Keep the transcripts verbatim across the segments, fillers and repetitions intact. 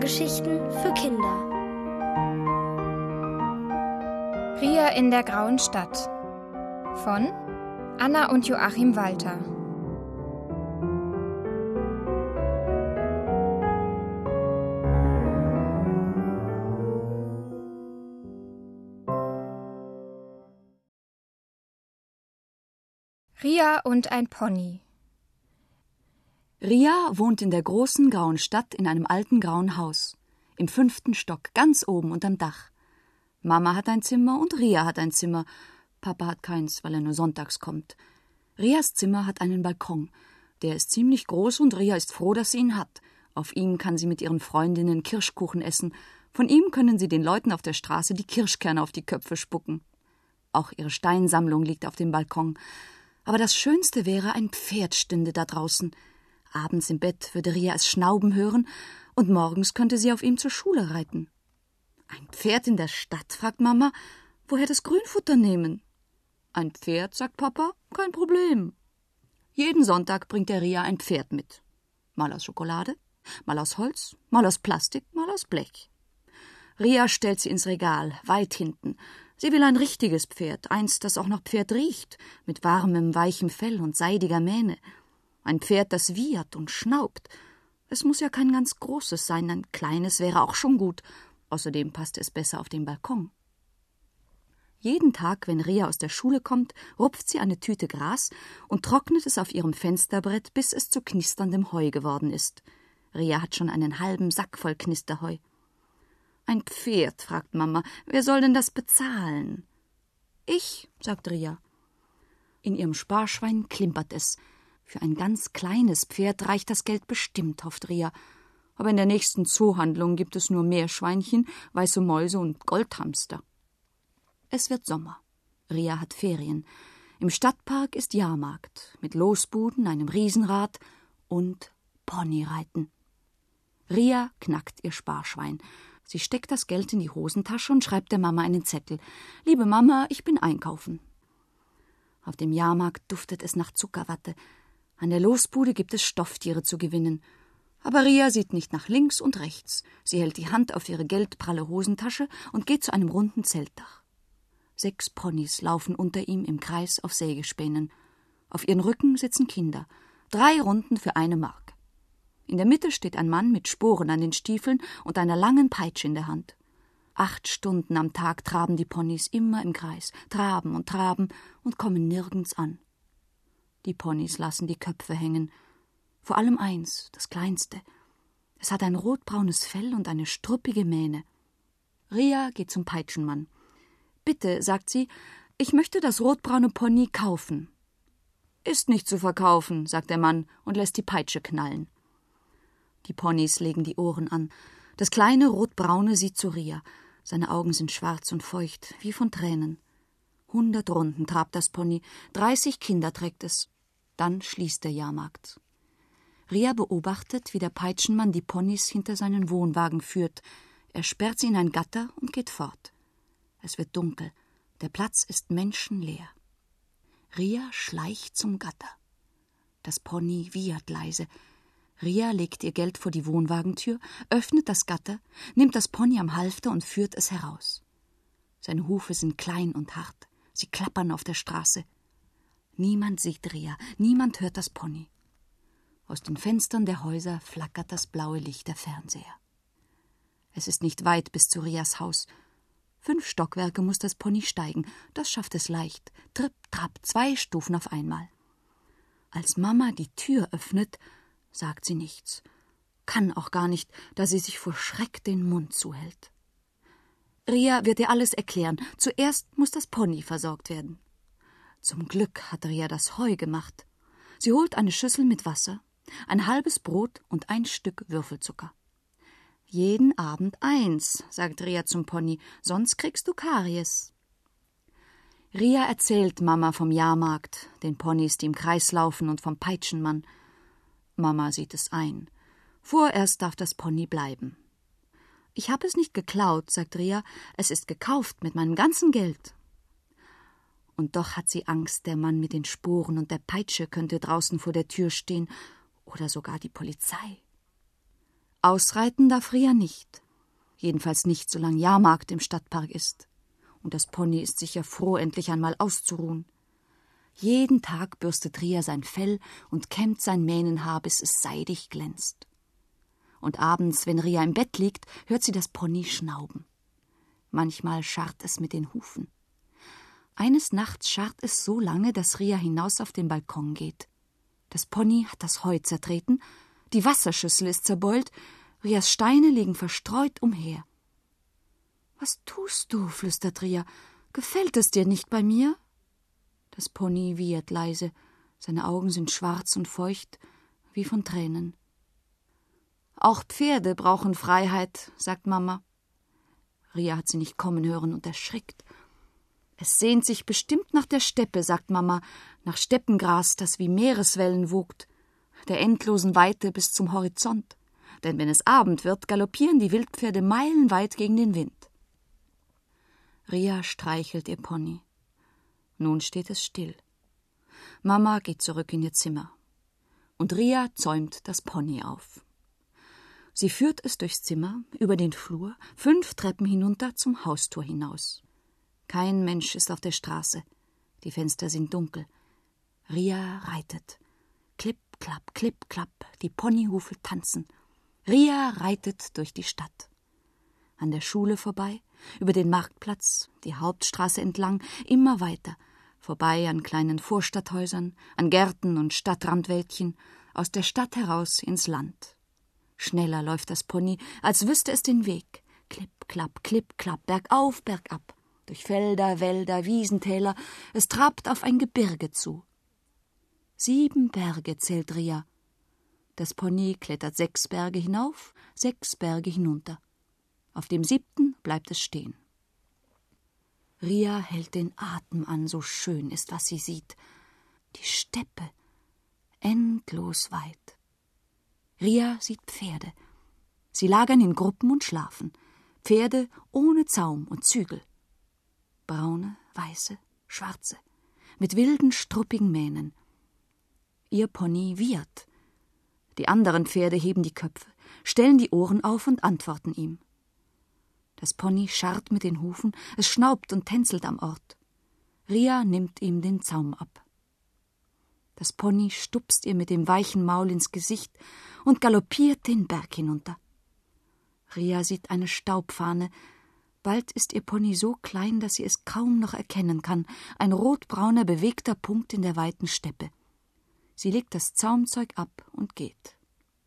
Hörgeschichten für Kinder. Ria in der grauen Stadt von Anna und Joachim Walter. Ria und ein Pony. Ria wohnt in der großen grauen Stadt in einem alten grauen Haus. Im fünften Stock, ganz oben unterm Dach. Mama hat ein Zimmer und Ria hat ein Zimmer. Papa hat keins, weil er nur sonntags kommt. Rias Zimmer hat einen Balkon. Der ist ziemlich groß und Ria ist froh, dass sie ihn hat. Auf ihm kann sie mit ihren Freundinnen Kirschkuchen essen. Von ihm können sie den Leuten auf der Straße die Kirschkerne auf die Köpfe spucken. Auch ihre Steinsammlung liegt auf dem Balkon. Aber das Schönste wäre, ein Pferd stünde da draußen. Abends im Bett würde Ria es schnauben hören und morgens könnte sie auf ihm zur Schule reiten. Ein Pferd in der Stadt, fragt Mama. Woher das Grünfutter nehmen? Ein Pferd, sagt Papa, kein Problem. Jeden Sonntag bringt der Ria ein Pferd mit. Mal aus Schokolade, mal aus Holz, mal aus Plastik, mal aus Blech. Ria stellt sie ins Regal, weit hinten. Sie will ein richtiges Pferd, eins, das auch noch Pferd riecht, mit warmem, weichem Fell und seidiger Mähne. Ein Pferd, das wiehert und schnaubt. Es muss ja kein ganz großes sein, ein kleines wäre auch schon gut. Außerdem passt es besser auf den Balkon. Jeden Tag, wenn Ria aus der Schule kommt, rupft sie eine Tüte Gras und trocknet es auf ihrem Fensterbrett, bis es zu knisterndem Heu geworden ist. Ria hat schon einen halben Sack voll Knisterheu. Ein Pferd, fragt Mama. Wer soll denn das bezahlen? Ich, sagt Ria. In ihrem Sparschwein klimpert es. Für ein ganz kleines Pferd reicht das Geld bestimmt, hofft Ria. Aber in der nächsten Zoohandlung gibt es nur Meerschweinchen, weiße Mäuse und Goldhamster. Es wird Sommer. Ria hat Ferien. Im Stadtpark ist Jahrmarkt mit Losbuden, einem Riesenrad und Ponyreiten. Ria knackt ihr Sparschwein. Sie steckt das Geld in die Hosentasche und schreibt der Mama einen Zettel. »Liebe Mama, ich bin einkaufen.« Auf dem Jahrmarkt duftet es nach Zuckerwatte. An der Losbude gibt es Stofftiere zu gewinnen. Aber Ria sieht nicht nach links und rechts. Sie hält die Hand auf ihre geldpralle Hosentasche und geht zu einem runden Zeltdach. Sechs Ponys laufen unter ihm im Kreis auf Sägespänen. Auf ihren Rücken sitzen Kinder. Drei Runden für eine Mark. In der Mitte steht ein Mann mit Sporen an den Stiefeln und einer langen Peitsche in der Hand. Acht Stunden am Tag traben die Ponys immer im Kreis, traben und traben und kommen nirgends an. Die Ponys lassen die Köpfe hängen. Vor allem eins, das kleinste. Es hat ein rotbraunes Fell und eine struppige Mähne. Ria geht zum Peitschenmann. »Bitte«, sagt sie, »ich möchte das rotbraune Pony kaufen.« »Ist nicht zu verkaufen«, sagt der Mann und lässt die Peitsche knallen. Die Ponys legen die Ohren an. Das kleine Rotbraune sieht zu Ria. Seine Augen sind schwarz und feucht, wie von Tränen. Hundert Runden trabt das Pony, dreißig Kinder trägt es. Dann schließt der Jahrmarkt. Ria beobachtet, wie der Peitschenmann die Ponys hinter seinen Wohnwagen führt. Er sperrt sie in ein Gatter und geht fort. Es wird dunkel. Der Platz ist menschenleer. Ria schleicht zum Gatter. Das Pony wiehert leise. Ria legt ihr Geld vor die Wohnwagentür, öffnet das Gatter, nimmt das Pony am Halfter und führt es heraus. Seine Hufe sind klein und hart. Sie klappern auf der Straße. Niemand sieht Ria, niemand hört das Pony. Aus den Fenstern der Häuser flackert das blaue Licht der Fernseher. Es ist nicht weit bis zu Rias Haus. Fünf Stockwerke muss das Pony steigen. Das schafft es leicht. Tripp, trapp, zwei Stufen auf einmal. Als Mama die Tür öffnet, sagt sie nichts. Kann auch gar nicht, da sie sich vor Schreck den Mund zuhält. Ria wird ihr alles erklären. Zuerst muss das Pony versorgt werden. Zum Glück hat Ria das Heu gemacht. Sie holt eine Schüssel mit Wasser, ein halbes Brot und ein Stück Würfelzucker. »Jeden Abend eins«, sagt Ria zum Pony, »sonst kriegst du Karies.« Ria erzählt Mama vom Jahrmarkt, den Ponys, die im Kreis laufen, und vom Peitschenmann. Mama sieht es ein. Vorerst darf das Pony bleiben. »Ich habe es nicht geklaut«, sagt Ria, »es ist gekauft mit meinem ganzen Geld.« Und doch hat sie Angst, der Mann mit den Sporen und der Peitsche könnte draußen vor der Tür stehen oder sogar die Polizei. Ausreiten darf Ria nicht. Jedenfalls nicht, solange Jahrmarkt im Stadtpark ist. Und das Pony ist sicher froh, endlich einmal auszuruhen. Jeden Tag bürstet Ria sein Fell und kämmt sein Mähnenhaar, bis es seidig glänzt. Und abends, wenn Ria im Bett liegt, hört sie das Pony schnauben. Manchmal scharrt es mit den Hufen. Eines Nachts scharrt es so lange, dass Ria hinaus auf den Balkon geht. Das Pony hat das Heu zertreten, die Wasserschüssel ist zerbeult, Rias Steine liegen verstreut umher. »Was tust du?« flüstert Ria. »Gefällt es dir nicht bei mir?« Das Pony wiehert leise, seine Augen sind schwarz und feucht, wie von Tränen. »Auch Pferde brauchen Freiheit«, sagt Mama. Ria hat sie nicht kommen hören und erschrickt. »Es sehnt sich bestimmt nach der Steppe«, sagt Mama, »nach Steppengras, das wie Meereswellen wogt, der endlosen Weite bis zum Horizont. Denn wenn es Abend wird, galoppieren die Wildpferde meilenweit gegen den Wind.« Ria streichelt ihr Pony. Nun steht es still. Mama geht zurück in ihr Zimmer. Und Ria zäumt das Pony auf. Sie führt es durchs Zimmer, über den Flur, fünf Treppen hinunter zum Haustor hinaus. Kein Mensch ist auf der Straße. Die Fenster sind dunkel. Ria reitet. Klipp, klapp, klipp, klapp, die Ponyhufe tanzen. Ria reitet durch die Stadt. An der Schule vorbei, über den Marktplatz, die Hauptstraße entlang, immer weiter, vorbei an kleinen Vorstadthäusern, an Gärten und Stadtrandwäldchen, aus der Stadt heraus ins Land. Schneller läuft das Pony, als wüsste es den Weg. Klipp, klapp, klipp, klapp, bergauf, bergab, durch Felder, Wälder, Wiesentäler, es trabt auf ein Gebirge zu. Sieben Berge zählt Ria. Das Pony klettert sechs Berge hinauf, sechs Berge hinunter. Auf dem siebten bleibt es stehen. Ria hält den Atem an, so schön ist, was sie sieht. Die Steppe, endlos weit. Ria sieht Pferde. Sie lagern in Gruppen und schlafen. Pferde ohne Zaum und Zügel. Braune, weiße, schwarze, mit wilden, struppigen Mähnen. Ihr Pony wiehert. Die anderen Pferde heben die Köpfe, stellen die Ohren auf und antworten ihm. Das Pony scharrt mit den Hufen, es schnaubt und tänzelt am Ort. Ria nimmt ihm den Zaum ab. Das Pony stupst ihr mit dem weichen Maul ins Gesicht und galoppiert den Berg hinunter. Ria sieht eine Staubfahne. Bald ist ihr Pony so klein, dass sie es kaum noch erkennen kann, ein rotbrauner, bewegter Punkt in der weiten Steppe. Sie legt das Zaumzeug ab und geht.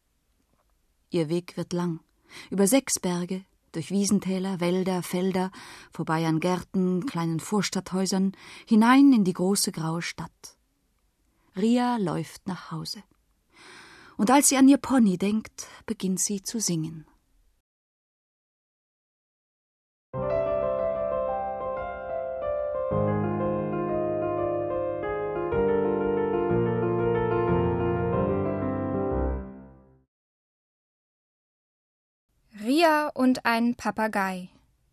Ihr Weg wird lang, über sechs Berge, durch Wiesentäler, Wälder, Felder, vorbei an Gärten, kleinen Vorstadthäusern, hinein in die große graue Stadt. Ria läuft nach Hause. Und als sie an ihr Pony denkt, beginnt sie zu singen. Ria und ein Papagei.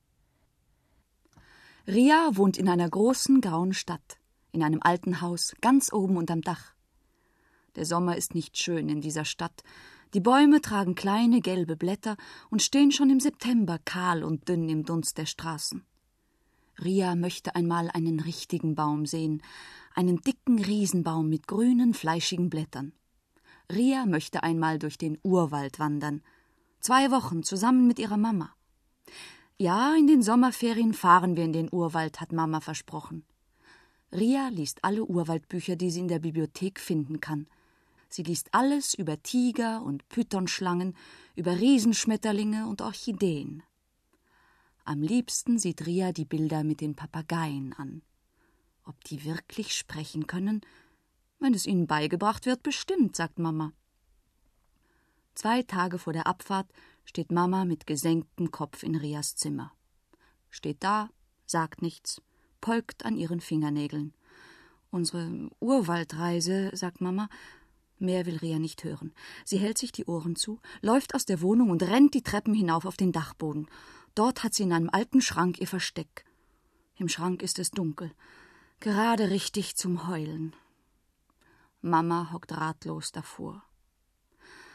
Ria wohnt in einer großen grauen Stadt, in einem alten Haus, ganz oben unterm Dach. Der Sommer ist nicht schön in dieser Stadt. Die Bäume tragen kleine gelbe Blätter und stehen schon im September kahl und dünn im Dunst der Straßen. Ria möchte einmal einen richtigen Baum sehen, einen dicken Riesenbaum mit grünen, fleischigen Blättern. Ria möchte einmal durch den Urwald wandern. Zwei Wochen zusammen mit ihrer Mama. Ja, in den Sommerferien fahren wir in den Urwald, hat Mama versprochen. Ria liest alle Urwaldbücher, die sie in der Bibliothek finden kann. Sie liest alles über Tiger und Pythonschlangen, über Riesenschmetterlinge und Orchideen. Am liebsten sieht Ria die Bilder mit den Papageien an. Ob die wirklich sprechen können? Wenn es ihnen beigebracht wird, bestimmt, sagt Mama. Zwei Tage vor der Abfahrt steht Mama mit gesenktem Kopf in Rias Zimmer. Steht da, sagt nichts, polkt an ihren Fingernägeln. Unsere Urwaldreise, sagt Mama. Mehr will Ria nicht hören. Sie hält sich die Ohren zu, läuft aus der Wohnung und rennt die Treppen hinauf auf den Dachboden. Dort hat sie in einem alten Schrank ihr Versteck. Im Schrank ist es dunkel, gerade richtig zum Heulen. Mama hockt ratlos davor.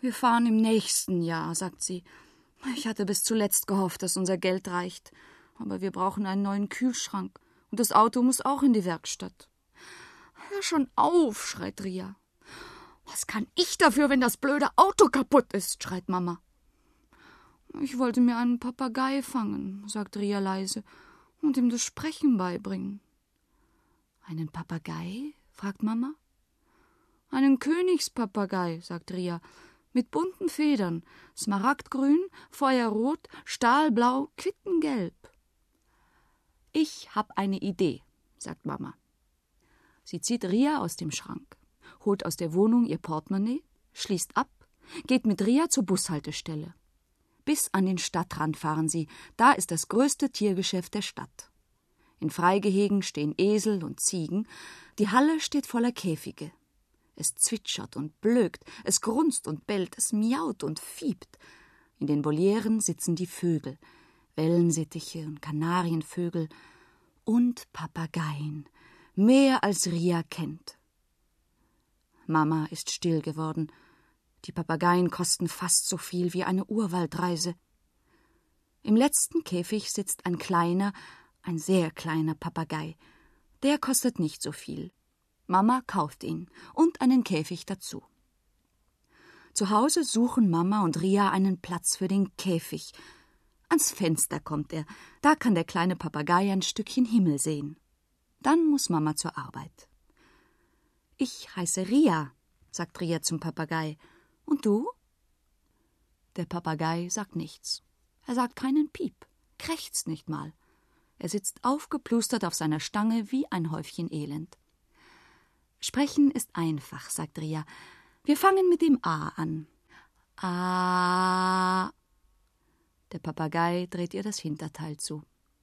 »Wir fahren im nächsten Jahr«, sagt sie. »Ich hatte bis zuletzt gehofft, dass unser Geld reicht. Aber wir brauchen einen neuen Kühlschrank. Und das Auto muss auch in die Werkstatt.« »Hör schon auf«, schreit Ria. »Was kann ich dafür, wenn das blöde Auto kaputt ist?«, schreit Mama. »Ich wollte mir einen Papagei fangen«, sagt Ria leise, »und ihm das Sprechen beibringen.« »Einen Papagei?«, fragt Mama. »Einen Königspapagei«, sagt Ria, »mit bunten Federn, smaragdgrün, feuerrot, stahlblau, quittengelb.« »Ich hab eine Idee«, sagt Mama. Sie zieht Ria aus dem Schrank, holt aus der Wohnung ihr Portemonnaie, schließt ab, geht mit Ria zur Bushaltestelle. Bis an den Stadtrand fahren sie, da ist das größte Tiergeschäft der Stadt. In Freigehegen stehen Esel und Ziegen, die Halle steht voller Käfige. Es zwitschert und blökt, es grunzt und bellt, es miaut und fiebt. In den Volieren sitzen die Vögel, Wellensittiche und Kanarienvögel und Papageien, mehr als Ria kennt. Mama ist still geworden. Die Papageien kosten fast so viel wie eine Urwaldreise. Im letzten Käfig sitzt ein kleiner, ein sehr kleiner Papagei. Der kostet nicht so viel. Mama kauft ihn und einen Käfig dazu. Zu Hause suchen Mama und Ria einen Platz für den Käfig. Ans Fenster kommt er, da kann der kleine Papagei ein Stückchen Himmel sehen. Dann muss Mama zur Arbeit. »Ich heiße Ria«, sagt Ria zum Papagei. »Und du?« Der Papagei sagt nichts. Er sagt keinen Piep, krächzt nicht mal. Er sitzt aufgeplustert auf seiner Stange wie ein Häufchen Elend. »Sprechen ist einfach«, sagt Ria. »Wir fangen mit dem A an.« »A«. Der Papagei dreht ihr das Hinterteil zu.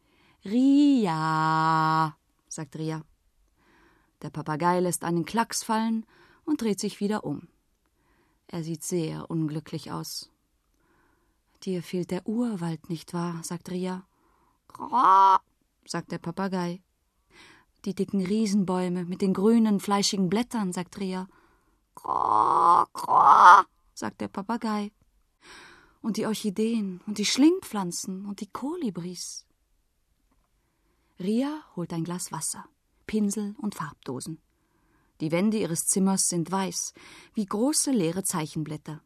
»Ria«, sagt Ria. Der Papagei lässt einen Klacks fallen und dreht sich wieder um. Er sieht sehr unglücklich aus. »Dir fehlt der Urwald, nicht wahr?«, sagt Ria. »Grrrr«, sagt der Papagei. »Die dicken Riesenbäume mit den grünen, fleischigen Blättern«, sagt Ria. »Grrrr, grrrr«, sagt der Papagei. »Und die Orchideen und die Schlingpflanzen und die Kolibris.« Ria holt ein Glas Wasser, Pinsel und Farbdosen. Die Wände ihres Zimmers sind weiß, wie große leere Zeichenblätter.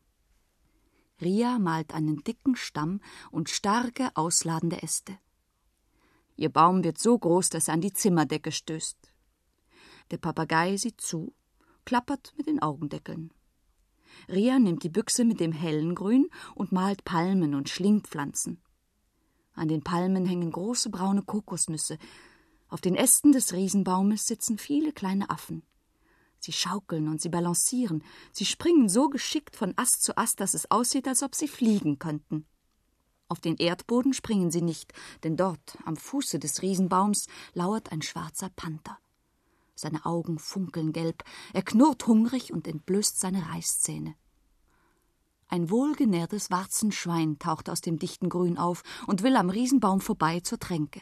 Ria malt einen dicken Stamm und starke, ausladende Äste. Ihr Baum wird so groß, dass er an die Zimmerdecke stößt. Der Papagei sieht zu, klappert mit den Augendeckeln. Ria nimmt die Büchse mit dem hellen Grün und malt Palmen und Schlingpflanzen. An den Palmen hängen große braune Kokosnüsse. Auf den Ästen des Riesenbaumes sitzen viele kleine Affen. Sie schaukeln und sie balancieren. Sie springen so geschickt von Ast zu Ast, dass es aussieht, als ob sie fliegen könnten. Auf den Erdboden springen sie nicht, denn dort, am Fuße des Riesenbaums, lauert ein schwarzer Panther. Seine Augen funkeln gelb, er knurrt hungrig und entblößt seine Reißzähne. Ein wohlgenährtes Warzenschwein taucht aus dem dichten Grün auf und will am Riesenbaum vorbei zur Tränke.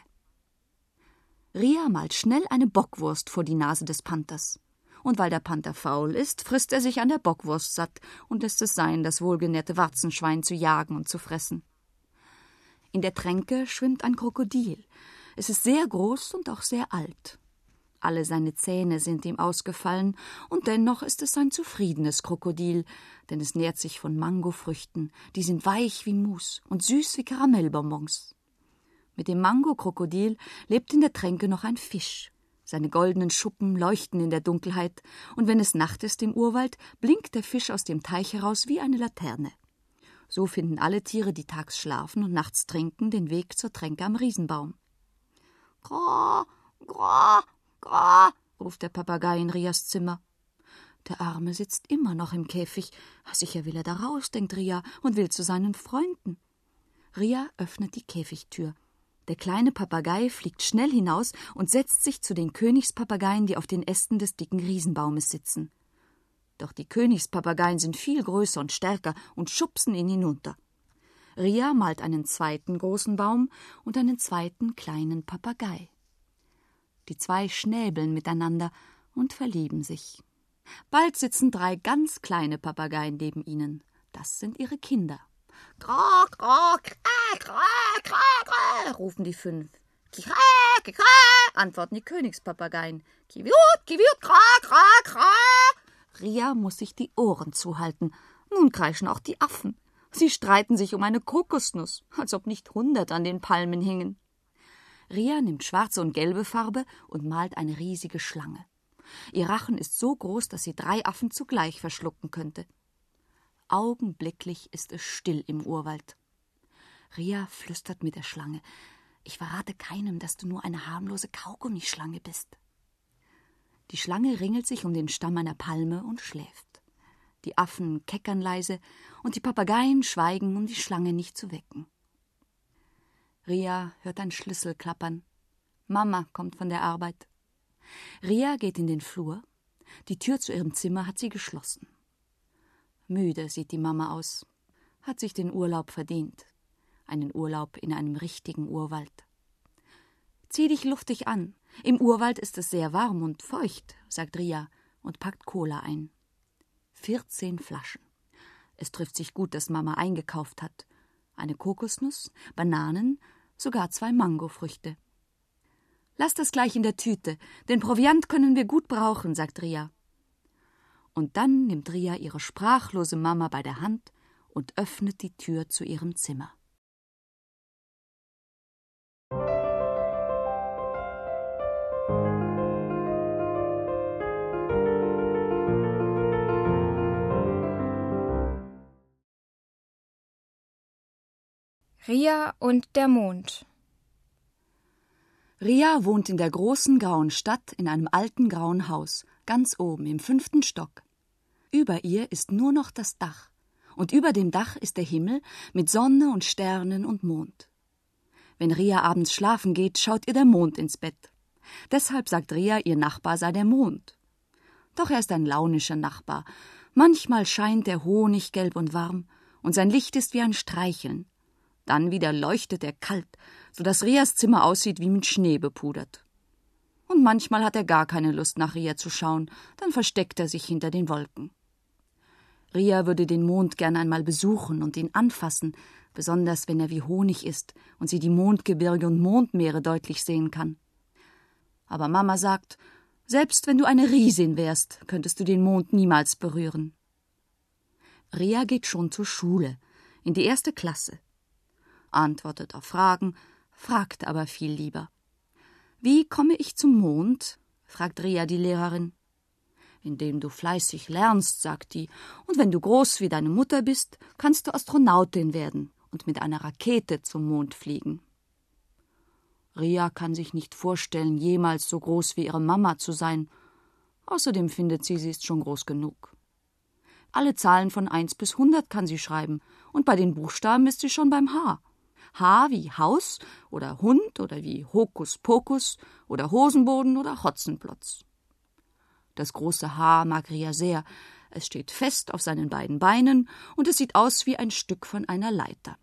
Ria malt schnell eine Bockwurst vor die Nase des Panthers. Und weil der Panther faul ist, frisst er sich an der Bockwurst satt und lässt es sein, das wohlgenährte Warzenschwein zu jagen und zu fressen. In der Tränke schwimmt ein Krokodil. Es ist sehr groß und auch sehr alt. Alle seine Zähne sind ihm ausgefallen, und dennoch ist es ein zufriedenes Krokodil, denn es nährt sich von Mangofrüchten, die sind weich wie Mus und süß wie Karamellbonbons. Mit dem Mangokrokodil lebt in der Tränke noch ein Fisch. Seine goldenen Schuppen leuchten in der Dunkelheit, und wenn es Nacht ist im Urwald, blinkt der Fisch aus dem Teich heraus wie eine Laterne. So finden alle Tiere, die tags schlafen und nachts trinken, den Weg zur Tränke am Riesenbaum. »Grrrr, grrrr, grrrr«, ruft der Papagei in Rias Zimmer. Der Arme sitzt immer noch im Käfig. Sicher will er da raus, denkt Ria, und will zu seinen Freunden. Ria öffnet die Käfigtür. Der kleine Papagei fliegt schnell hinaus und setzt sich zu den Königspapageien, die auf den Ästen des dicken Riesenbaumes sitzen. Doch die Königspapageien sind viel größer und stärker und schubsen ihn hinunter. Ria malt einen zweiten großen Baum und einen zweiten kleinen Papagei. Die zwei schnäbeln miteinander und verlieben sich. Bald sitzen drei ganz kleine Papageien neben ihnen. Das sind ihre Kinder. »Kra, kra, kra, kra, kra, kra«, rufen die fünf. »Kikra, kikra«, antworten die Königspapageien. »Kiwiut, kiwiut, kra, kra, kra«. Ria muss sich die Ohren zuhalten. Nun kreischen auch die Affen. Sie streiten sich um eine Kokosnuss, als ob nicht hundert an den Palmen hingen. Ria nimmt schwarze und gelbe Farbe und malt eine riesige Schlange. Ihr Rachen ist so groß, dass sie drei Affen zugleich verschlucken könnte. Augenblicklich ist es still im Urwald. Ria flüstert mit der Schlange: »Ich verrate keinem, dass du nur eine harmlose Kaugummischlange bist.« Die Schlange ringelt sich um den Stamm einer Palme und schläft. Die Affen keckern leise und die Papageien schweigen, um die Schlange nicht zu wecken. Ria hört ein Schlüssel klappern. Mama kommt von der Arbeit. Ria geht in den Flur. Die Tür zu ihrem Zimmer hat sie geschlossen. Müde sieht die Mama aus. Hat sich den Urlaub verdient. Einen Urlaub in einem richtigen Urwald. »Zieh dich luftig an. Im Urwald ist es sehr warm und feucht«, sagt Ria und packt Cola ein. Vierzehn Flaschen. Es trifft sich gut, dass Mama eingekauft hat. Eine Kokosnuss, Bananen, sogar zwei Mangofrüchte. »Lass das gleich in der Tüte, den Proviant können wir gut brauchen«, sagt Ria. Und dann nimmt Ria ihre sprachlose Mama bei der Hand und öffnet die Tür zu ihrem Zimmer. Ria und der Mond. Ria wohnt in der großen grauen Stadt in einem alten grauen Haus, ganz oben im fünften Stock. Über ihr ist nur noch das Dach, und über dem Dach ist der Himmel mit Sonne und Sternen und Mond. Wenn Ria abends schlafen geht, schaut ihr der Mond ins Bett. Deshalb sagt Ria, ihr Nachbar sei der Mond. Doch er ist ein launischer Nachbar. Manchmal scheint er honiggelb und warm, und sein Licht ist wie ein Streicheln. Dann wieder leuchtet er kalt, so dass Rias Zimmer aussieht wie mit Schnee bepudert. Und manchmal hat er gar keine Lust, nach Ria zu schauen, dann versteckt er sich hinter den Wolken. Ria würde den Mond gern einmal besuchen und ihn anfassen, besonders wenn er wie Honig ist und sie die Mondgebirge und Mondmeere deutlich sehen kann. Aber Mama sagt, selbst wenn du eine Riesin wärst, könntest du den Mond niemals berühren. Ria geht schon zur Schule, in die erste Klasse. Antwortet auf Fragen, fragt aber viel lieber. »Wie komme ich zum Mond?« fragt Ria die Lehrerin. »Indem du fleißig lernst«, sagt die, »und wenn du groß wie deine Mutter bist, kannst du Astronautin werden und mit einer Rakete zum Mond fliegen.« Ria kann sich nicht vorstellen, jemals so groß wie ihre Mama zu sein. Außerdem findet sie, sie ist schon groß genug. Alle Zahlen von eins bis hundert kann sie schreiben, und bei den Buchstaben ist sie schon beim H. H wie Haus oder Hund oder wie Hokuspokus oder Hosenboden oder Hotzenplotz. Das große H mag Ria sehr. Es steht fest auf seinen beiden Beinen und es sieht aus wie ein Stück von einer Leiter.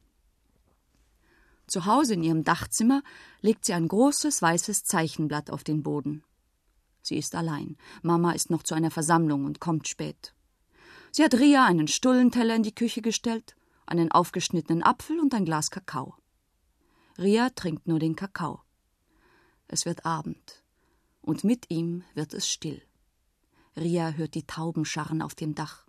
Zu Hause in ihrem Dachzimmer legt sie ein großes weißes Zeichenblatt auf den Boden. Sie ist allein. Mama ist noch zu einer Versammlung und kommt spät. Sie hat Ria einen Stullenteller in die Küche gestellt, einen aufgeschnittenen Apfel und ein Glas Kakao. Ria trinkt nur den Kakao. Es wird Abend, und mit ihm wird es still. Ria hört die Tauben scharren auf dem Dach.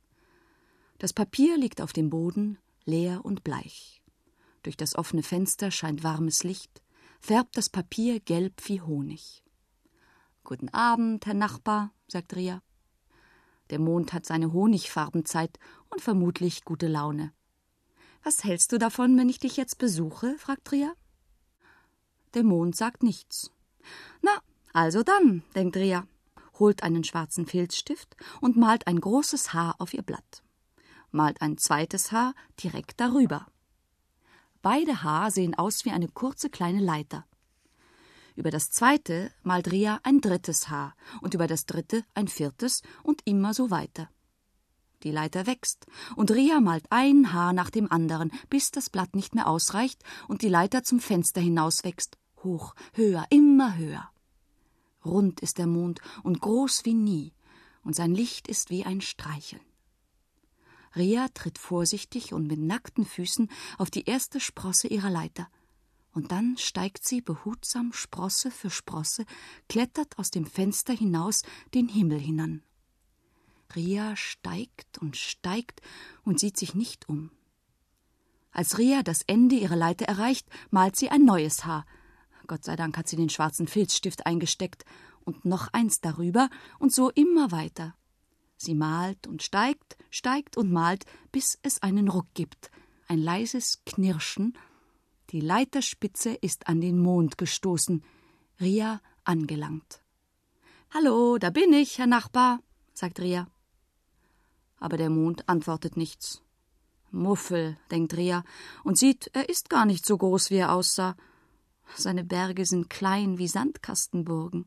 Das Papier liegt auf dem Boden, leer und bleich. Durch das offene Fenster scheint warmes Licht, färbt das Papier gelb wie Honig. »Guten Abend, Herr Nachbar«, sagt Ria. Der Mond hat seine Honigfarbenzeit und vermutlich gute Laune. »Was hältst du davon, wenn ich dich jetzt besuche?« fragt Ria. Der Mond sagt nichts. »Na, also dann«, denkt Ria, holt einen schwarzen Filzstift und malt ein großes Haar auf ihr Blatt. Malt ein zweites Haar direkt darüber. Beide Haar sehen aus wie eine kurze kleine Leiter. Über das zweite malt Ria ein drittes Haar und über das dritte ein viertes und immer so weiter. Die Leiter wächst und Ria malt ein Haar nach dem anderen, bis das Blatt nicht mehr ausreicht und die Leiter zum Fenster hinauswächst. Hoch, höher, immer höher. Rund ist der Mond und groß wie nie und sein Licht ist wie ein Streicheln. Ria tritt vorsichtig und mit nackten Füßen auf die erste Sprosse ihrer Leiter. Und dann steigt sie behutsam Sprosse für Sprosse, klettert aus dem Fenster hinaus den Himmel hinan. Ria steigt und steigt und sieht sich nicht um. Als Ria das Ende ihrer Leiter erreicht, malt sie ein neues Haar. Gott sei Dank hat sie den schwarzen Filzstift eingesteckt und noch eins darüber und so immer weiter. Sie malt und steigt, steigt und malt, bis es einen Ruck gibt, ein leises Knirschen. Die Leiterspitze ist an den Mond gestoßen, Ria angelangt. »Hallo, da bin ich, Herr Nachbar«, sagt Ria. Aber der Mond antwortet nichts. Muffel, denkt Ria und sieht, er ist gar nicht so groß, wie er aussah. Seine Berge sind klein wie Sandkastenburgen.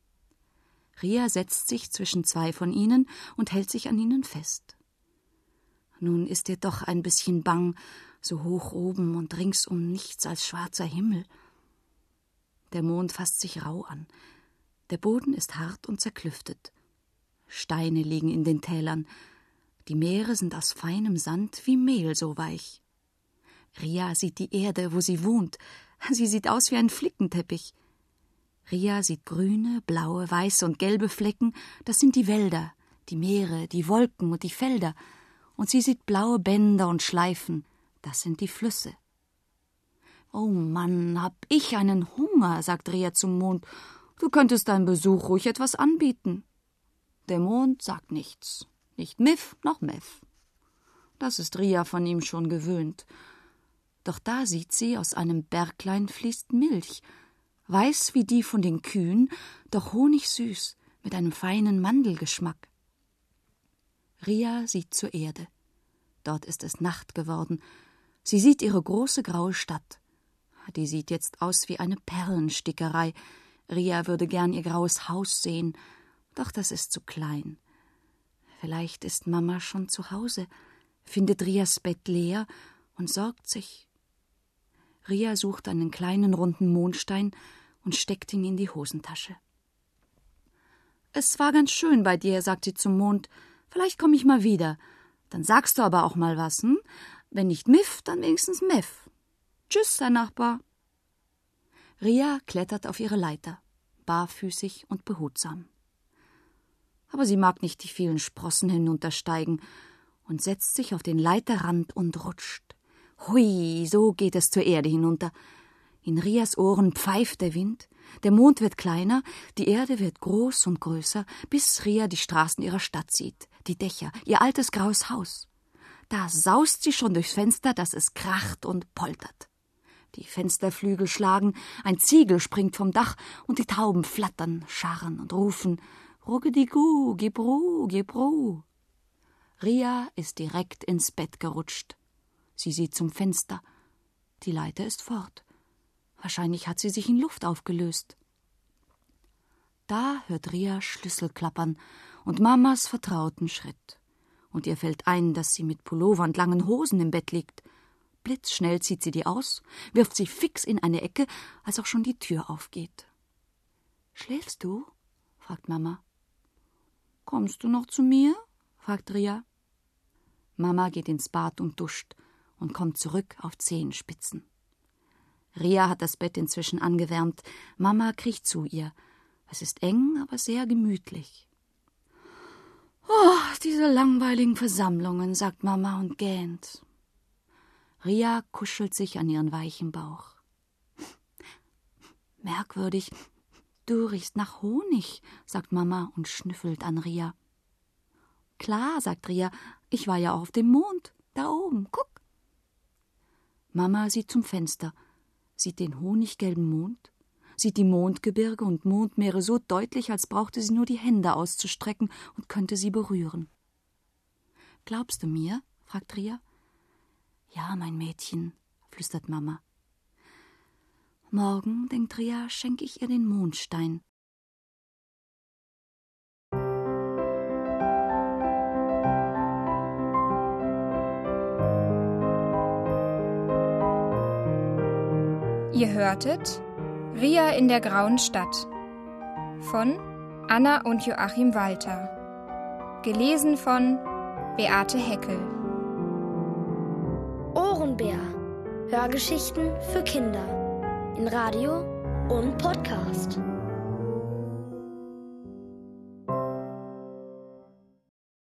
Ria setzt sich zwischen zwei von ihnen und hält sich an ihnen fest. Nun ist ihr doch ein bisschen bang, so hoch oben und ringsum nichts als schwarzer Himmel. Der Mond fasst sich rau an. Der Boden ist hart und zerklüftet. Steine liegen in den Tälern. Die Meere sind aus feinem Sand wie Mehl so weich. Ria sieht die Erde, wo sie wohnt. Sie sieht aus wie ein Flickenteppich. Ria sieht grüne, blaue, weiße und gelbe Flecken. Das sind die Wälder, die Meere, die Wolken und die Felder. Und sie sieht blaue Bänder und Schleifen. Das sind die Flüsse. »Oh Mann, hab ich einen Hunger«, sagt Ria zum Mond. »Du könntest deinen Besuch ruhig etwas anbieten.« Der Mond sagt nichts. Nicht Miff noch Meff. Das ist Ria von ihm schon gewöhnt. Doch da sieht sie, aus einem Berglein fließt Milch, weiß wie die von den Kühen, doch honigsüß, mit einem feinen Mandelgeschmack. Ria sieht zur Erde. Dort ist es Nacht geworden. Sie sieht ihre große graue Stadt. Die sieht jetzt aus wie eine Perlenstickerei. Ria würde gern ihr graues Haus sehen, doch das ist zu klein. Vielleicht ist Mama schon zu Hause, findet Rias Bett leer und sorgt sich. Ria sucht einen kleinen runden Mondstein und steckt ihn in die Hosentasche. »Es war ganz schön bei dir«, sagt sie zum Mond. »Vielleicht komme ich mal wieder. Dann sagst du aber auch mal was, hm? Wenn nicht Miff, dann wenigstens Meff. Tschüss, Herr Nachbar.« Ria klettert auf ihre Leiter, barfüßig und behutsam. Aber sie mag nicht die vielen Sprossen hinuntersteigen und setzt sich auf den Leiterrand und rutscht. Hui, so geht es zur Erde hinunter. In Rias Ohren pfeift der Wind, der Mond wird kleiner, die Erde wird groß und größer, bis Ria die Straßen ihrer Stadt sieht, die Dächer, ihr altes graues Haus. Da saust sie schon durchs Fenster, dass es kracht und poltert. Die Fensterflügel schlagen, ein Ziegel springt vom Dach und die Tauben flattern, scharren und rufen »Ruggedigu, gib Ruh, gib Ruh«. Ria ist direkt ins Bett gerutscht. Sie sieht zum Fenster. Die Leiter ist fort. Wahrscheinlich hat sie sich in Luft aufgelöst. Da hört Ria Schlüssel klappern und Mamas vertrauten Schritt. Und ihr fällt ein, dass sie mit Pullover und langen Hosen im Bett liegt. Blitzschnell zieht sie die aus, wirft sie fix in eine Ecke, als auch schon die Tür aufgeht. »Schläfst du?« fragt Mama. »Kommst du noch zu mir?« fragt Ria. Mama geht ins Bad und duscht und kommt zurück auf Zehenspitzen. Ria hat das Bett inzwischen angewärmt. Mama kriecht zu ihr. Es ist eng, aber sehr gemütlich. »Oh, diese langweiligen Versammlungen«, sagt Mama und gähnt. Ria kuschelt sich an ihren weichen Bauch. »Merkwürdig, du riechst nach Honig«, sagt Mama und schnüffelt an Ria. »Klar«, sagt Ria, »ich war ja auch auf dem Mond, da oben, guck.« Mama sieht zum Fenster, sieht den honiggelben Mond, sieht die Mondgebirge und Mondmeere so deutlich, als brauchte sie nur die Hände auszustrecken und könnte sie berühren. »Glaubst du mir?« fragt Ria. »Ja, mein Mädchen«, flüstert Mama. »Morgen«, denkt Ria, »schenke ich ihr den Mondstein.« Ihr hörtet Ria in der grauen Stadt von Anna und Joachim Walter. Gelesen von Beate Heckel. Bär. Hörgeschichten für Kinder. In Radio und Podcast.